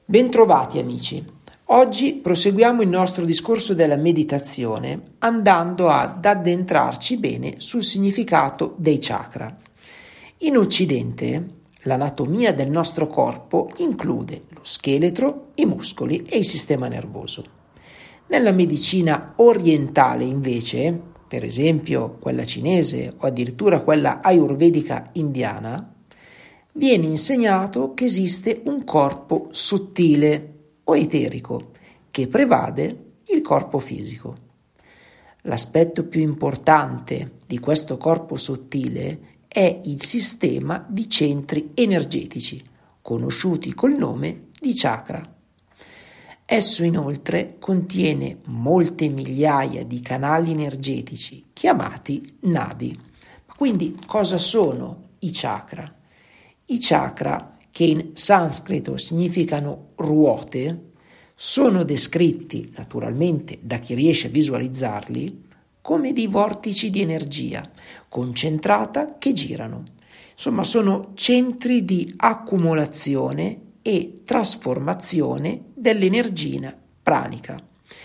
Bentrovati amici. Oggi proseguiamo il nostro discorso della meditazione andando ad addentrarci bene sul significato dei chakra. In Occidente l'anatomia del nostro corpo include lo scheletro, i muscoli e il sistema nervoso. Nella medicina orientale invece, per esempio quella cinese o addirittura quella ayurvedica indiana, viene insegnato che esiste un corpo sottile o eterico che prevade il corpo fisico. L'aspetto più importante di questo corpo sottile è il sistema di centri energetici, conosciuti col nome di chakra. Esso inoltre contiene molte migliaia di canali energetici chiamati nadi. Quindi cosa sono i chakra? I chakra, che in sanscrito significano ruote, sono descritti naturalmente da chi riesce a visualizzarli come dei vortici di energia concentrata che girano. Insomma, sono centri di accumulazione e trasformazione dell'energia pranica,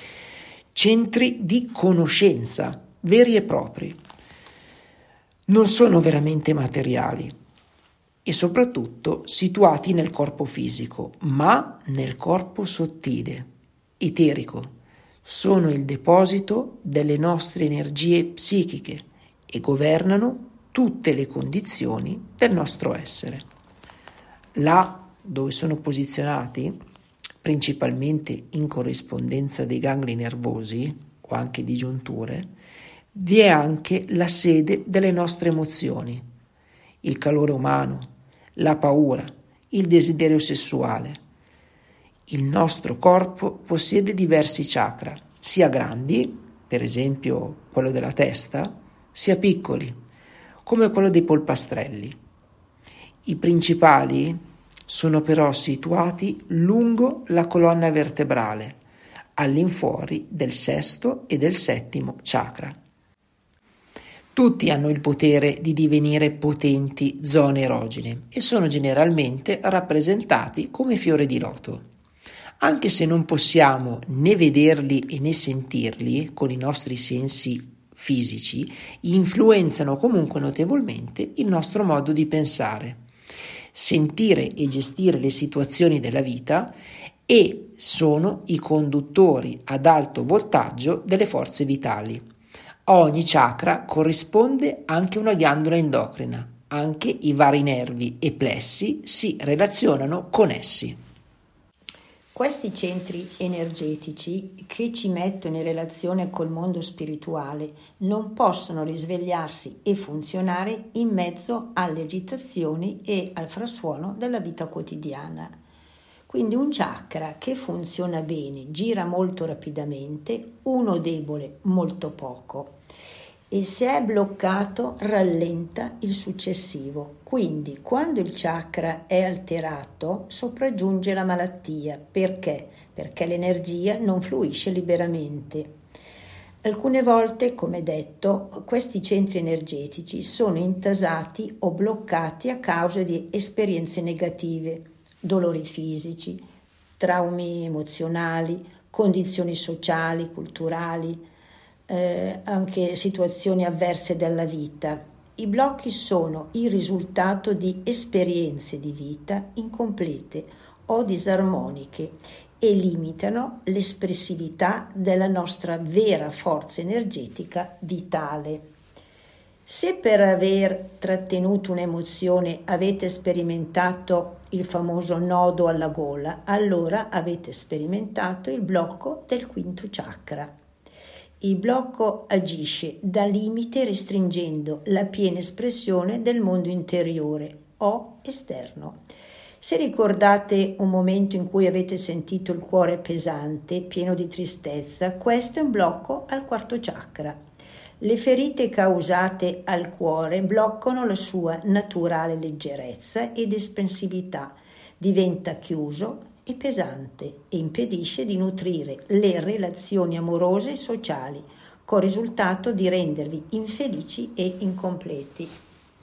centri di conoscenza veri e propri. Non sono veramente materiali e soprattutto situati nel corpo fisico, ma nel corpo sottile, eterico. Sono il deposito delle nostre energie psichiche e governano tutte le condizioni del nostro essere. Là dove sono posizionati, principalmente in corrispondenza dei gangli nervosi o anche di giunture, vi è anche la sede delle nostre emozioni, il calore umano, la paura, il desiderio sessuale. Il nostro corpo possiede diversi chakra, sia grandi, per esempio quello della testa, sia piccoli, come quello dei polpastrelli. I principali sono però situati lungo la colonna vertebrale, all'infuori del sesto e del settimo chakra. Tutti hanno il potere di divenire potenti zone erogene e sono generalmente rappresentati come fiori di loto. Anche se non possiamo né vederli e né sentirli con i nostri sensi fisici, influenzano comunque notevolmente il nostro modo di pensare, sentire e gestire le situazioni della vita e sono i conduttori ad alto voltaggio delle forze vitali. A ogni chakra corrisponde anche una ghiandola endocrina, anche i vari nervi e plessi si relazionano con essi. Questi centri energetici che ci mettono in relazione col mondo spirituale non possono risvegliarsi e funzionare in mezzo alle agitazioni e al frastuono della vita quotidiana. Quindi un chakra che funziona bene gira molto rapidamente, uno debole molto poco e se è bloccato rallenta il successivo. Quindi quando il chakra è alterato sopraggiunge la malattia. Perché? Perché l'energia non fluisce liberamente. Alcune volte, come detto, questi centri energetici sono intasati o bloccati a causa di esperienze negative, dolori fisici, traumi emozionali, condizioni sociali, culturali, anche situazioni avverse della vita. I blocchi sono il risultato di esperienze di vita incomplete o disarmoniche e limitano l'espressività della nostra vera forza energetica vitale. Se per aver trattenuto un'emozione avete sperimentato il famoso nodo alla gola, allora avete sperimentato il blocco del quinto chakra. Il blocco agisce da limite restringendo la piena espressione del mondo interiore o esterno. Se ricordate un momento in cui avete sentito il cuore pesante, pieno di tristezza, questo è un blocco al quarto chakra. Le ferite causate al cuore bloccano la sua naturale leggerezza ed espansività, diventa chiuso e pesante e impedisce di nutrire le relazioni amorose e sociali, con il risultato di rendervi infelici e incompleti.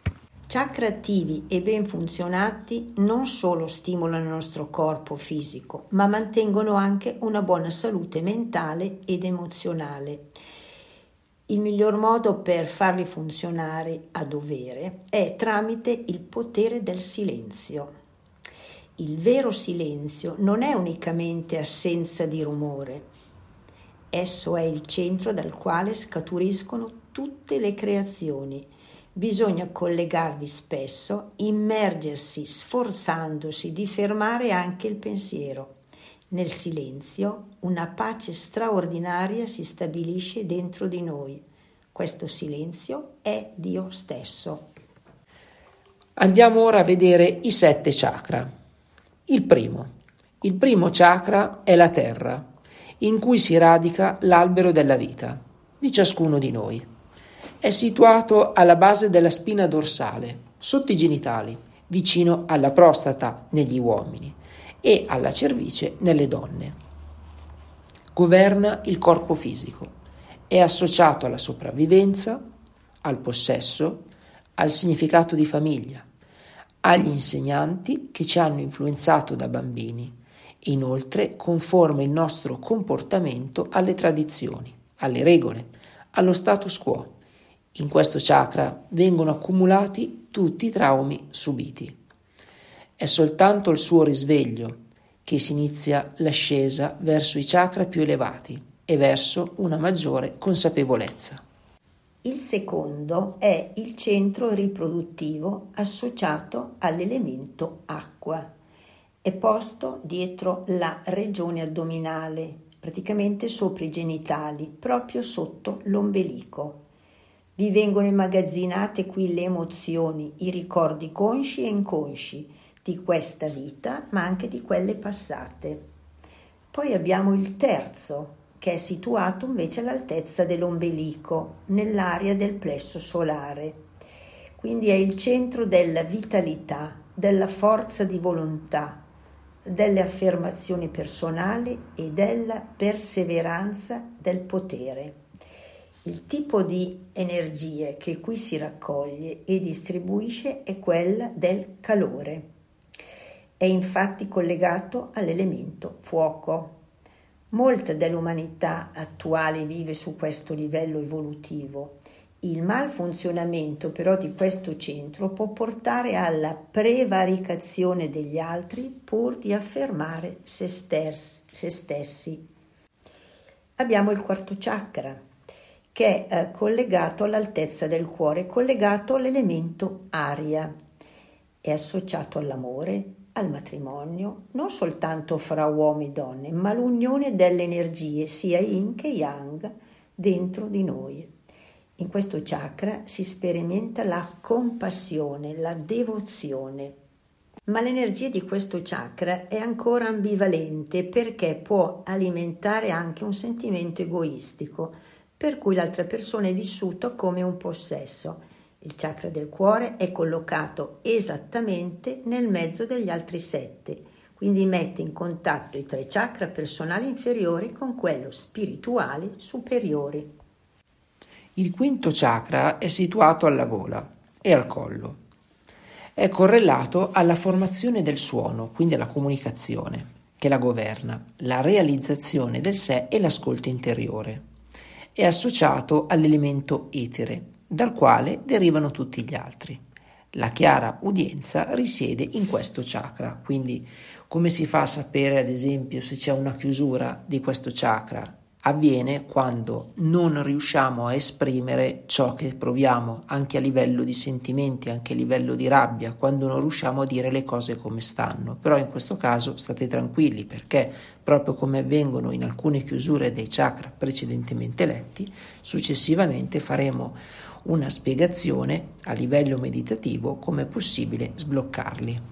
Chakra attivi e ben funzionanti non solo stimolano il nostro corpo fisico, ma mantengono anche una buona salute mentale ed emozionale. Il miglior modo per farli funzionare a dovere è tramite il potere del silenzio. Il vero silenzio non è unicamente assenza di rumore. Esso è il centro dal quale scaturiscono tutte le creazioni. Bisogna collegarvi spesso, immergersi sforzandosi di fermare anche il pensiero. Nel silenzio una pace straordinaria si stabilisce dentro di noi. Questo silenzio è Dio stesso. Andiamo ora a vedere i 7 chakra. Il primo chakra è la terra, in cui si radica l'albero della vita di ciascuno di noi. È situato alla base della spina dorsale, sotto i genitali, vicino alla prostata negli uomini e alla cervice nelle donne. Governa il corpo fisico, è associato alla sopravvivenza, al possesso, al significato di famiglia, agli insegnanti che ci hanno influenzato da bambini. Inoltre conforma il nostro comportamento alle tradizioni, alle regole, allo status quo. In questo chakra vengono accumulati tutti i traumi subiti. È soltanto il suo risveglio che si inizia l'ascesa verso i chakra più elevati e verso una maggiore consapevolezza. Il secondo è il centro riproduttivo associato all'elemento acqua. È posto dietro la regione addominale, praticamente sopra i genitali, proprio sotto l'ombelico. Vi vengono immagazzinate qui le emozioni, i ricordi consci e inconsci di questa vita, ma anche di quelle passate. Poi abbiamo il terzo, che è situato invece all'altezza dell'ombelico, nell'area del plesso solare. Quindi è il centro della vitalità, della forza di volontà, delle affermazioni personali e della perseveranza del potere. Il tipo di energie che qui si raccoglie e distribuisce è quella del calore. È infatti collegato all'elemento fuoco. Molta dell'umanità attuale vive su questo livello evolutivo. Il malfunzionamento però di questo centro può portare alla prevaricazione degli altri pur di affermare se stessi. Abbiamo il quarto chakra, che è collegato all'altezza del cuore, collegato all'elemento aria. È associato all'amore, al matrimonio, non soltanto fra uomini e donne, ma l'unione delle energie, sia yin che yang, dentro di noi. In questo chakra si sperimenta la compassione, la devozione. Ma l'energia di questo chakra è ancora ambivalente perché può alimentare anche un sentimento egoistico, per cui l'altra persona è vissuta come un possesso. Il chakra del cuore è collocato esattamente nel mezzo degli altri 7, quindi mette in contatto i 3 chakra personali inferiori con quello spirituale superiore. Il quinto chakra è situato alla gola e al collo. È correlato alla formazione del suono, quindi alla comunicazione, che la governa, la realizzazione del sé e l'ascolto interiore. È associato all'elemento etere, dal quale derivano tutti gli altri. La chiara udienza risiede in questo chakra, quindi come si fa a sapere ad esempio se c'è una chiusura di questo chakra? Avviene quando non riusciamo a esprimere ciò che proviamo anche a livello di sentimenti, anche a livello di rabbia, quando non riusciamo a dire le cose come stanno. Però in questo caso state tranquilli, perché proprio come avvengono in alcune chiusure dei chakra precedentemente letti, successivamente faremo una spiegazione a livello meditativo come è possibile sbloccarli.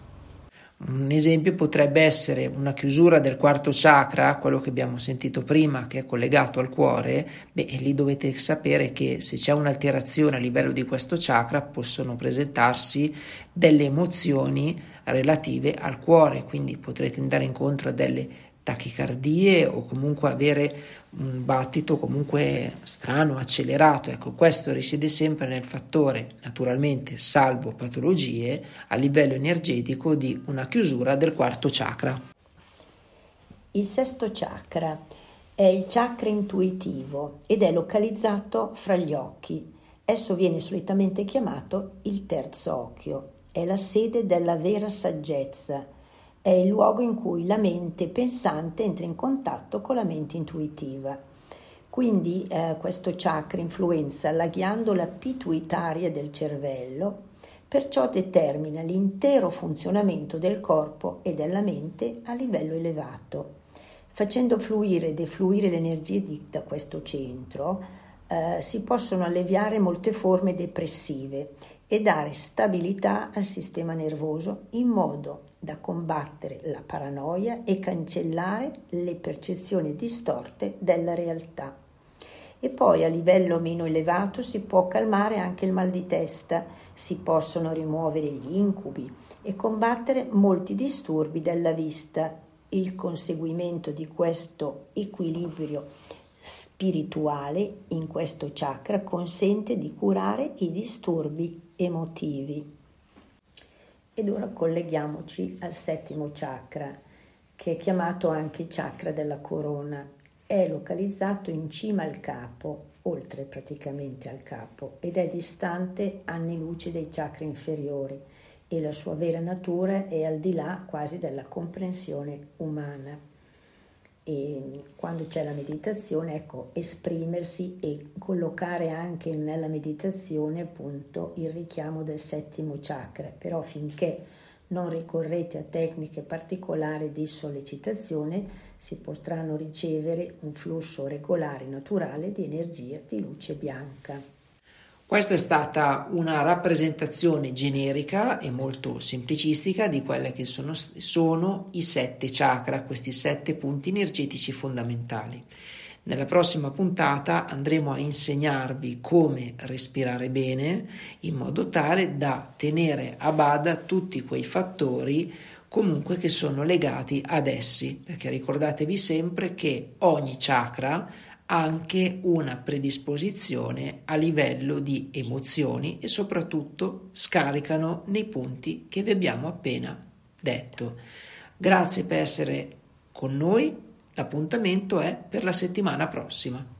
Un esempio potrebbe essere una chiusura del quarto chakra, quello che abbiamo sentito prima, che è collegato al cuore. Lì dovete sapere che se c'è un'alterazione a livello di questo chakra possono presentarsi delle emozioni relative al cuore, quindi potrete andare incontro a delle tachicardie o comunque avere un battito comunque strano, accelerato. Ecco, questo risiede sempre nel fattore, naturalmente salvo patologie, a livello energetico di una chiusura del quarto chakra. Il sesto chakra è il chakra intuitivo ed è localizzato fra gli occhi. Esso viene solitamente chiamato il terzo occhio. È la sede della vera saggezza. È il luogo in cui la mente pensante entra in contatto con la mente intuitiva. Quindi questo chakra influenza la ghiandola pituitaria del cervello, perciò determina l'intero funzionamento del corpo e della mente a livello elevato. Facendo fluire e defluire le energie da questo centro, si possono alleviare molte forme depressive e dare stabilità al sistema nervoso in modo da combattere la paranoia e cancellare le percezioni distorte della realtà. E poi a livello meno elevato si può calmare anche il mal di testa, si possono rimuovere gli incubi e combattere molti disturbi della vista. Il conseguimento di questo equilibrio spirituale in questo chakra consente di curare i disturbi emotivi. Ed ora colleghiamoci al settimo chakra, che è chiamato anche chakra della corona. È localizzato in cima al capo, oltre praticamente al capo, ed è distante anni luce dai chakra inferiori e la sua vera natura è al di là quasi della comprensione umana. E quando c'è la meditazione, ecco, esprimersi e collocare anche nella meditazione appunto il richiamo del settimo chakra, però finché non ricorrete a tecniche particolari di sollecitazione si potranno ricevere un flusso regolare naturale di energia di luce bianca. Questa è stata una rappresentazione generica e molto semplicistica di quelle che sono i 7 chakra, questi 7 punti energetici fondamentali. Nella prossima puntata andremo a insegnarvi come respirare bene in modo tale da tenere a bada tutti quei fattori comunque che sono legati ad essi, perché ricordatevi sempre che ogni chakra anche una predisposizione a livello di emozioni e soprattutto scaricano nei punti che vi abbiamo appena detto. Grazie per essere con noi, l'appuntamento è per la settimana prossima.